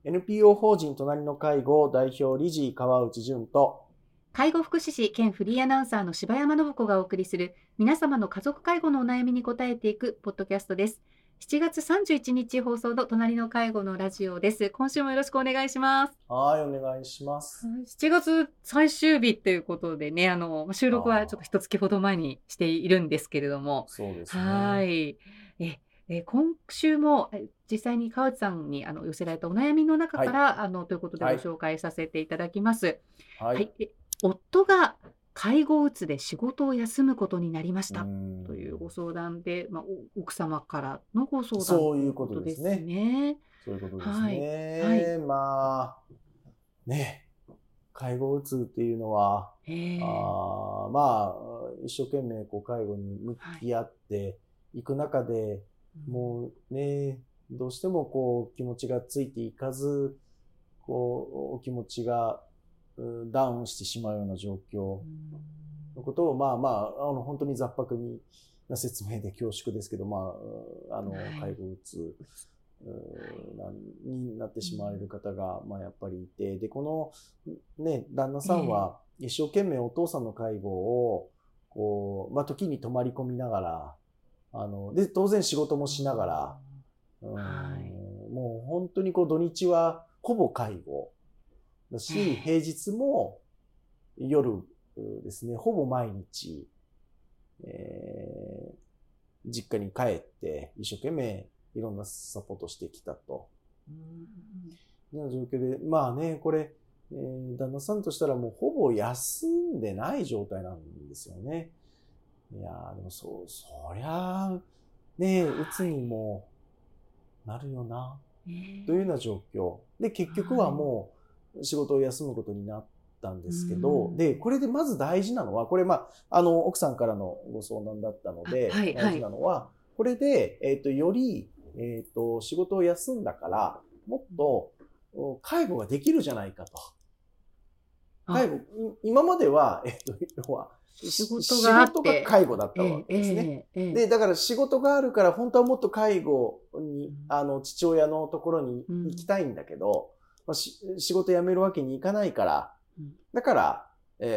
NPO 法人隣の介護代表理事川内淳と介護福祉士兼フリーアナウンサーの柴山信子がお送りする皆様の家族介護のお悩みに答えていくポッドキャストです。7月31日放送の隣の介護のラジオです。今週もよろしくお願いします。 はい、お願いします。 7月最終日ということでね、収録はちょっと一月ほど前にしているんですけれども、 そうですね。 はい。今週も実際に川内さんに寄せられたお悩みの中から、ということでご紹介させていただきます。 はい。 夫が介護うつで仕事を休むことになりましたというご相談で、奥様からのご相談そういうことですね。そういうことですね。 はい。 まあね、介護うつっていうのは、まあ一生懸命介護に向き合っていく中で、もうね、どうしても気持ちがついていかず、お気持ちがダウンしてしまうような状況のことを、本当に雑白な説明で恐縮ですけど、介護うつになってしまわれる方が、やっぱりいて、で、このね、旦那さんは一生懸命お父さんの介護を、時に泊まり込みながら、で、当然仕事もしながら、もう本当に土日はほぼ介護だし、平日も夜ですね、ほぼ毎日、実家に帰って一生懸命いろんなサポートしてきたと。いう状況で、まあね、これ、旦那さんとしたらもうほぼ休んでない状態なんですよね。いやー、でもそりゃあ、ね、うつにもなるよな、というような状況。で、結局はもう仕事を休むことになったんですけど、で、これでまず大事なのは、これ奥さんからのご相談だったので、大事なのは、これで、より、仕事を休んだから、もっと介護ができるじゃないかと。介護、今までは、要は、仕事が介護だったわけですね。で、だから仕事があるから、本当はもっと介護に、父親のところに行きたいんだけど、仕事辞めるわけにいかないから、だから、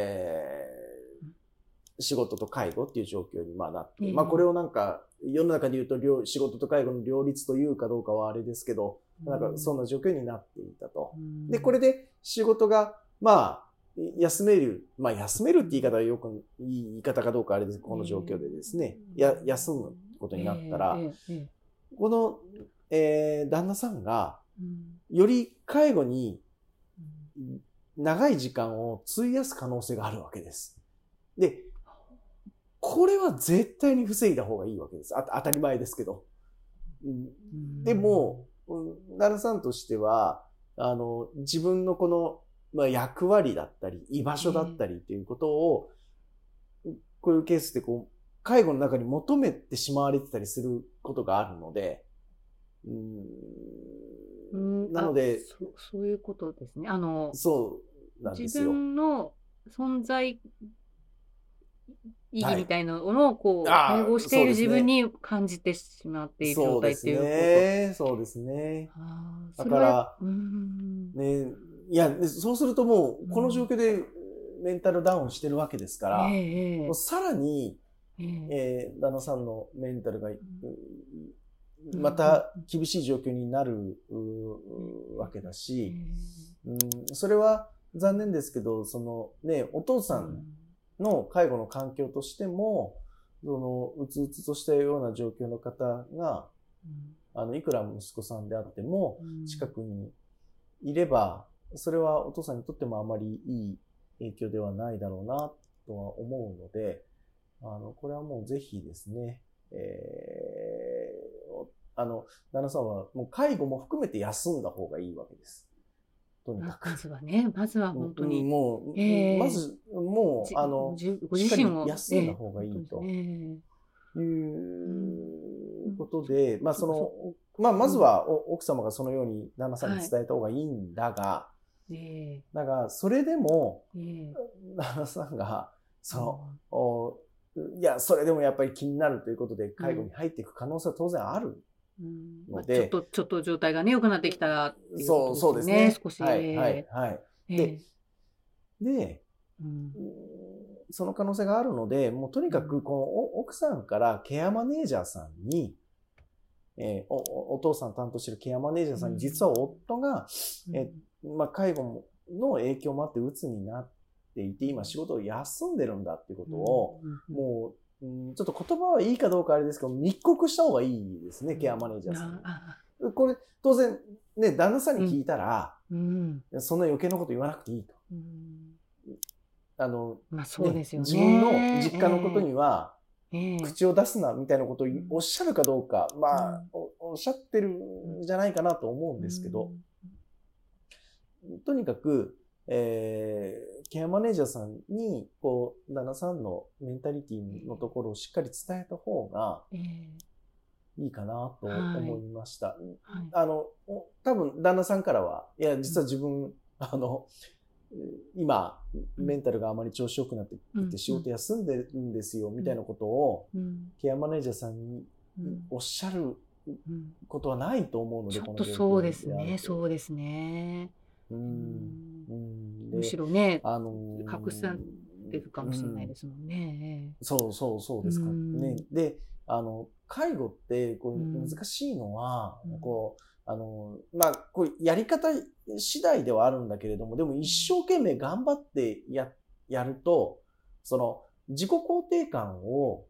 仕事と介護っていう状況になって、これをなんか、世の中で言うと、仕事と介護の両立というかどうかはあれですけど、なんかそんな状況になっていたと。で、これで仕事が、休めるって言い方はよくいい方かどうかあれです。この状況でですね、休むことになったら、この、旦那さんが、より介護に長い時間を費やす可能性があるわけです。で、これは絶対に防いだ方がいいわけです。当たり前ですけど。でも、旦那さんとしては、自分のこの、役割だったり、居場所だったりということを、こういうケースで介護の中に求めてしまわれてたりすることがあるので、なので、 そういうことですね。 そうなんですよ。 自分の存在意義みたいなのを介護している自分に感じてしまっている状態っていうこと。 そうですね。だから、ね、いや、そうするともう、この状況でメンタルダウンしてるわけですから、もうさらに、旦那さんのメンタルが、また厳しい状況になるわけだし、それは残念ですけど、お父さんの介護の環境としても、うつうつとしたような状況の方が、いくら息子さんであっても、近くにいれば、それはお父さんにとってもあまりいい影響ではないだろうな、とは思うので、これはもうぜひですね、旦那さんはもう介護も含めて休んだ方がいいわけです。とにかく。 まずは本当に。 まず、もう、 ご自身を休んだ方がいいと。いうことで、まずは奥様がそのように旦那さんに伝えた方がいいんだが、それでも、旦那さんが、いや、それでもやっぱり気になるということで、介護に入っていく可能性は当然あるので、 ちょっと状態がね良くなってきたらっていうことそうそうですね。 少し。 はいはいはい。で、その可能性があるので、もうとにかくこの奥さんからケアマネージャーさんに、お父さん担当しているケアマネージャーさんに、実は夫が、介護の影響もあって鬱になっていて、今仕事を休んでるんだっていうことを、もう、ちょっと言葉はいいかどうかあれですけど、密告した方がいいですね、ケアマネージャーさんに。これ、当然、ね、旦那さんに聞いたら、そんな余計なこと言わなくていいと。 そうですよね。 自分の実家のことには、口を出すなみたいなことをおっしゃるかどうか、おっしゃってるんじゃないかなと思うんですけど、とにかく、ケアマネージャーさんに、旦那さんのメンタリティのところをしっかり伝えた方がいいかなと思いました。多分、旦那さんからは、いや、実は自分、今、メンタルがあまり調子良くなってきて仕事休んでるんですよ、みたいなことを、ケアマネージャーさんにおっしゃることはないと思うので、 ちょっとそうですね、そうですね。むしろね、隠されるかもしれないですもんね。 そうですかね。で、介護って難しいのは、こうやり方次第ではあるんだけれども、でも一生懸命頑張ってやると、その自己肯定感を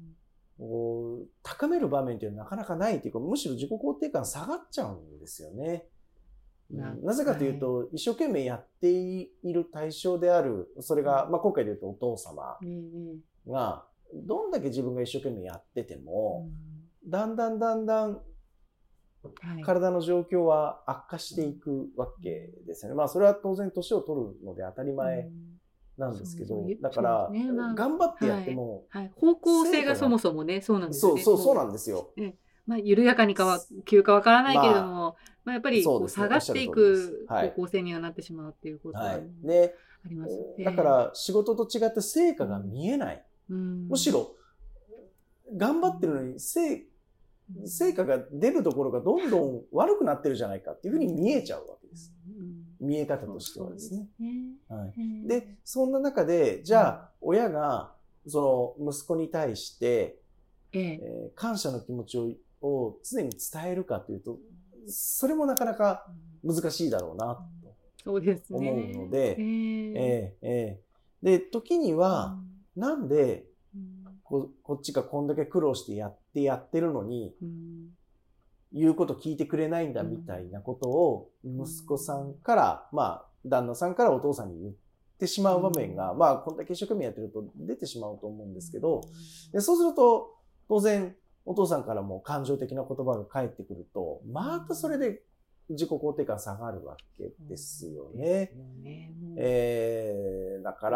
高める場面というのはなかなかないというか、むしろ自己肯定感下がっちゃうんですよね。なぜかというと、一生懸命やっている対象である、それが、今回で言うとお父様が、どんだけ自分が一生懸命やってても、だんだん体の状況は悪化していくわけですよね。それは当然年を取るので当たり前なんですけど、だから、頑張ってやっても、 方向性がそもそもね、そうなんですよね。 そうなんですよ。 緩やかに急かわからないけれども、やっぱり下がっていく方向性にはなってしまうっていうことはありますね。 だから仕事と違って成果が見えない。むしろ、頑張ってるのに成果が出るところがどんどん悪くなってるじゃないかっていうふうに見えちゃうわけです。見え方としてはですね。で、そんな中で、じゃあ、親が、その息子に対して、感謝の気持ちを常に伝えるかというと、それもなかなか難しいだろうな、と思うので、で、時には、なんで、こっちがこんだけ苦労してやってるのに、言うこと聞いてくれないんだみたいなことを息子さんから、旦那さんからお父さんに言ってしまう場面が、こんだけ一生懸命やってると出てしまうと思うんですけど、でそうすると当然お父さんからも感情的な言葉が返ってくると、またそれで自己肯定感下がるわけですよね。だから、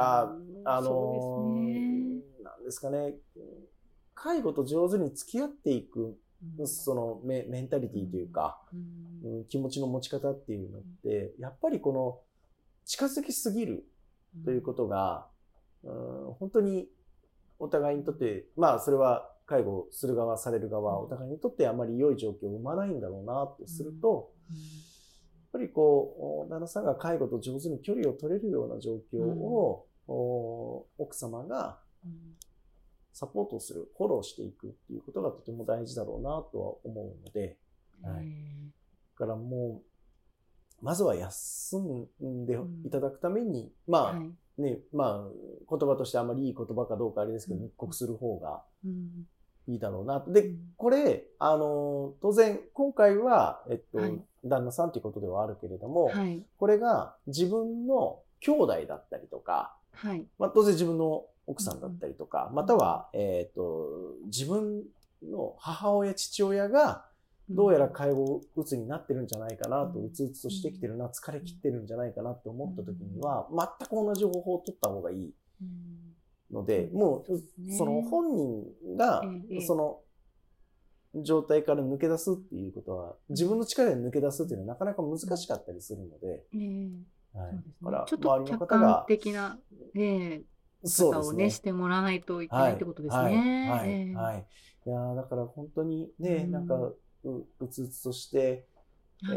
なんですかね、介護と上手に付き合っていく、そのメンタリティというか、気持ちの持ち方っていうのって、やっぱりこの近づきすぎるということが、本当にお互いにとって、それは介護する側、される側、お互いにとってあまり良い状況を生まないんだろうなとすると、やっぱり旦那さんが介護と上手に距離を取れるような状況を、奥様がサポートする、フォローしていくっていうことがとても大事だろうなとは思うので、だからもう、まずは休んでいただくために、言葉としてあまりいい言葉かどうかあれですけど、密告する方がいいだろうなと。で、これ、当然、今回は、旦那さんということではあるけれども、これが自分の兄弟だったりとか、当然自分の奥さんだったりとか、または、自分の母親、父親が、どうやら介護うつになってるんじゃないかなと、うつうつとしてきてるな、疲れ切ってるんじゃないかなと思った時には、全く同じ方法を取った方がいいので、もう、その本人が、その状態から抜け出すっていうことは、自分の力で抜け出すっていうのはなかなか難しかったりするので、 だから、ちょっと客観的な、方をね、してもらわないといけないってことですね。 いやだから本当にね、なんか、 うつうつとして、 はい、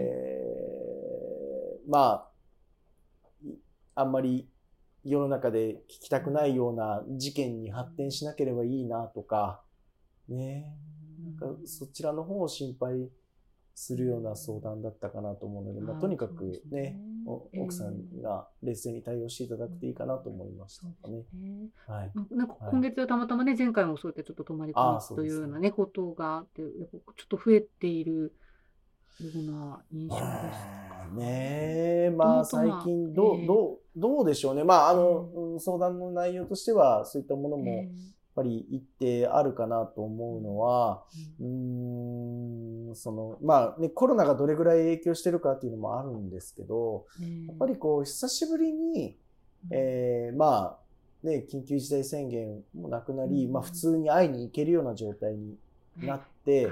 まあ、あんまり世の中で聞きたくないような事件に発展しなければいいなとか、ね、なんかそちらの方を心配するような相談だったかなと思うので、まあ、とにかくね、奥さんが冷静に対応していただくといいかなと思いましたね。はい。 なんかはい。 今月はたまたまね、前回もそうやってちょっと泊まり込みというようなね、ことがあって、やっぱちょっと増えているような印象ですか。 ねえ、 もともまあとまあ、 最近どうでしょうね。まあ相談の内容としてはそういったものもやっぱり一定あるかなと思うのは、まあね、コロナがどれぐらい影響してるかっていうのもあるんですけど、やっぱりこう久しぶりに、まあね、緊急事態宣言もなくなり、まあ普通に会いに行けるような状態になって、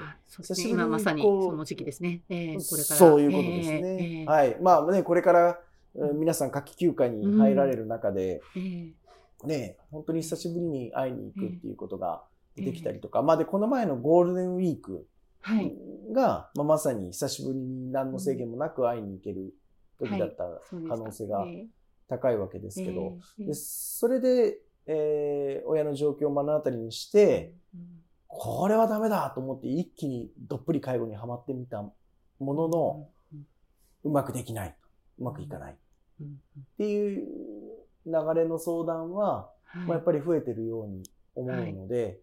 そうですね、今まさにその時期ですね。これから。 そういうことですね。はい。まあね、これから皆さん夏季休暇に入られる中で、ね、本当に久しぶりに会いに行くっていうことが出てきたりとか、まあで、この前のゴールデンウィークが、まあ、まさに久しぶりに何の制限もなく会いに行ける時だった可能性が高いわけですけど、でそれで、親の状況を目の当たりにして、これはダメだと思って一気にどっぷり介護にはまってみたものの、うまくできない。うまくいかない。っていう流れの相談は、まあ、やっぱり増えてるように思うので、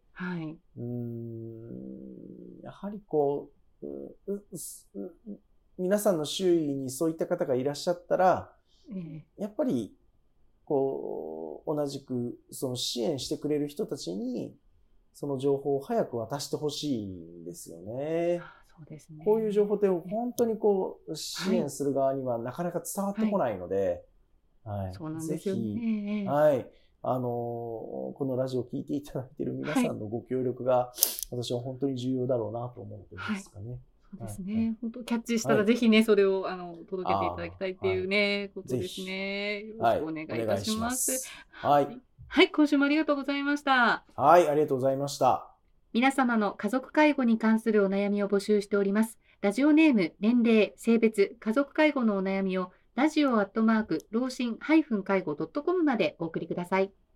やはりこう、皆さんの周囲にそういった方がいらっしゃったら、やっぱりこう同じくその支援してくれる人たちにその情報を早く渡してほしいんですよね。 そうですね。 こういう情報って本当にこう支援する側にはなかなか伝わってこないので、ぜひ、はい、このラジオを聞いていただいている皆さんのご協力が私は本当に重要だろうなと思っていますかね。 そうですね。本当キャッチしたらぜひね、それを届けていただきたいっていうね、ことですね。よろしくお願いいたします。はい。はい、今週もありがとうございました。 はい、ありがとうございました。 皆様の家族介護に関するお悩みを募集しております。ラジオネーム、年齢、性別、家族介護のお悩みをラジオ@老人-介護.comまでお送りください。